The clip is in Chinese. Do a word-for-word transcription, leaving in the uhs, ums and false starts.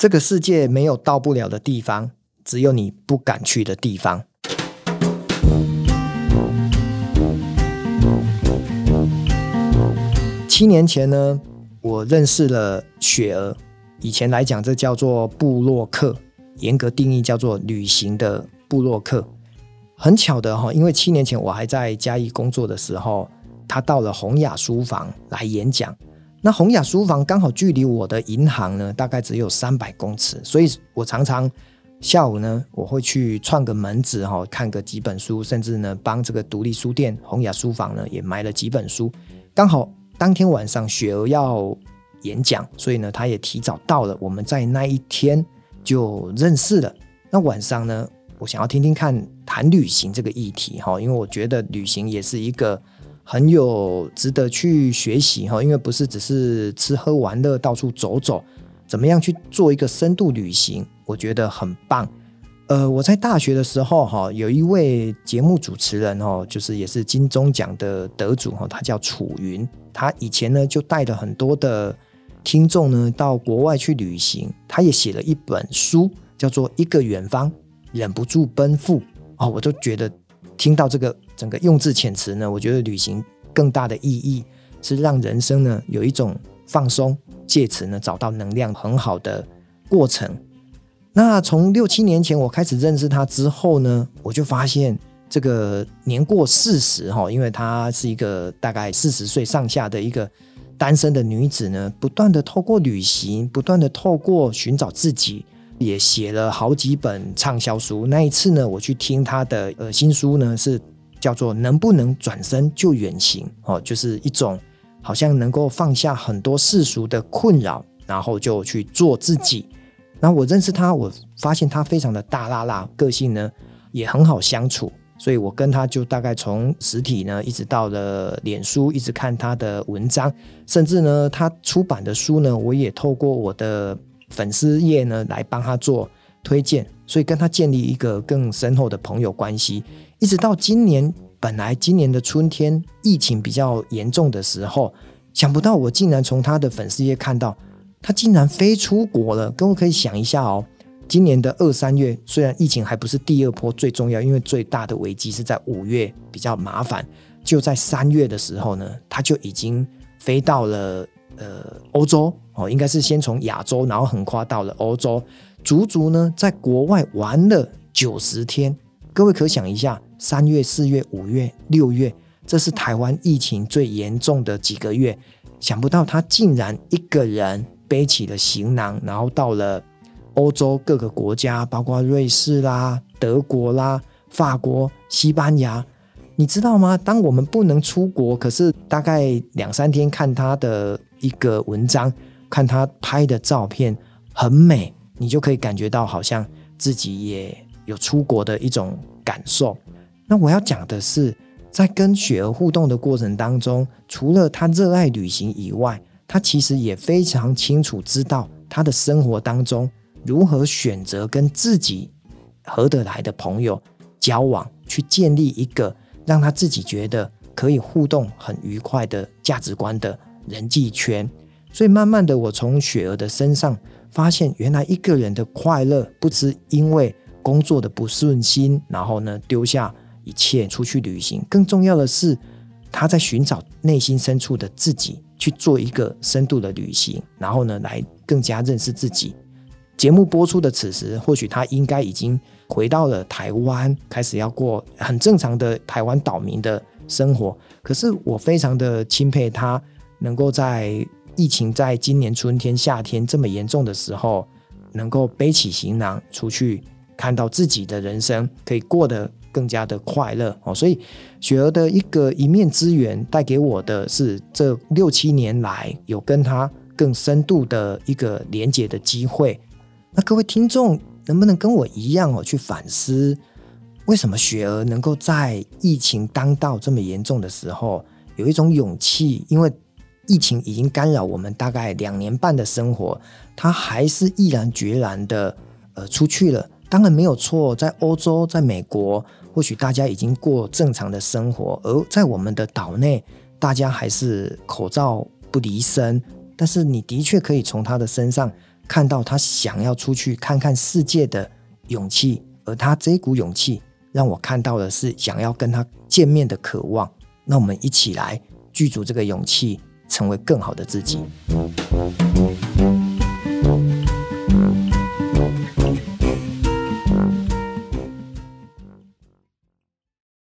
这个世界没有到不了的地方，只有你不敢去的地方。七年前呢，我认识了雪儿，以前来讲这叫做部落客，严格定义叫做旅行的部落客。很巧的哈，因为七年前我还在嘉义工作的时候，他到了洪雅书房来演讲。那洪雅书房刚好距离我的银行呢，大概只有三百公尺，所以我常常下午呢，我会去串个门子哈，看个几本书，甚至呢帮这个独立书店洪雅书房呢也买了几本书。刚好当天晚上雪儿要演讲，所以呢他也提早到了，我们在那一天就认识了。那晚上呢，我想要听听看谈旅行这个议题，因为我觉得旅行也是一个很有值得去学习，因为不是只是吃喝玩乐到处走走，怎么样去做一个深度旅行，我觉得很棒。呃，我在大学的时候有一位节目主持人，就是也是金钟奖的得主，他叫楚云。他以前呢就带了很多的听众呢到国外去旅行，他也写了一本书叫做《一个远方忍不住奔赴》。哦，我都觉得听到这个整个用字遣词呢，我觉得旅行更大的意义是让人生呢有一种放松，借此呢找到能量很好的过程。那从六七年前我开始认识他之后呢，我就发现这个年过四十，因为她是一个大概四十岁上下的一个单身的女子呢，不断的透过旅行，不断的透过寻找自己，也写了好几本畅销书。那一次呢，我去听她的、呃、新书呢，是叫做能不能转身就远行、哦、就是一种好像能够放下很多世俗的困扰，然后就去做自己。然后我认识她，我发现她非常的大辣辣，个性呢也很好相处，所以我跟她就大概从实体呢一直到了脸书，一直看她的文章，甚至呢她出版的书呢，我也透过我的粉丝页呢来帮她做推荐，所以跟她建立一个更深厚的朋友关系。一直到今年，本来今年的春天疫情比较严重的时候，想不到我竟然从她的粉丝页看到她竟然飞出国了。各位可以想一下哦，今年的二三月，虽然疫情还不是第二波最重要，因为最大的危机是在五月比较麻烦，就在三月的时候呢，她就已经飞到了呃欧洲、哦、应该是先从亚洲，然后横跨到了欧洲，足足呢在国外玩了九十天。各位可想一下，三月、四月、五月、六月，这是台湾疫情最严重的几个月，想不到她竟然一个人背起了行囊，然后到了欧洲各个国家，包括瑞士啦、德国啦、法国、西班牙。你知道吗？当我们不能出国，可是大概两三天看他的一个文章，看他拍的照片很美，你就可以感觉到好像自己也有出国的一种感受。那我要讲的是，在跟雪儿互动的过程当中，除了他热爱旅行以外，他其实也非常清楚知道他的生活当中如何选择跟自己合得来的朋友交往，去建立一个让他自己觉得可以互动很愉快的价值观的人际圈。所以慢慢的，我从雪儿的身上发现，原来一个人的快乐不是因为工作的不顺心，然后呢丢下一切出去旅行，更重要的是他在寻找内心深处的自己，去做一个深度的旅行，然后呢来更加认识自己。节目播出的此时，或许他应该已经回到了台湾，开始要过很正常的台湾岛民的生活。可是我非常的钦佩他，能够在疫情在今年春天夏天这么严重的时候，能够背起行囊出去，看到自己的人生可以过得更加的快乐、哦、所以雪儿的一个一面之缘带给我的是这六七年来有跟他更深度的一个连结的机会。那各位听众能不能跟我一样、哦、去反思，为什么雪儿能够在疫情当道这么严重的时候有一种勇气，因为疫情已经干扰我们大概两年半的生活，他还是毅然决然的、呃、出去了。当然没有错，在欧洲在美国或许大家已经过正常的生活，而在我们的岛内大家还是口罩不离身，但是你的确可以从他的身上看到他想要出去看看世界的勇气，而他这一股勇气让我看到的是想要跟他见面的渴望。那我们一起来具足这个勇气，成为更好的自己。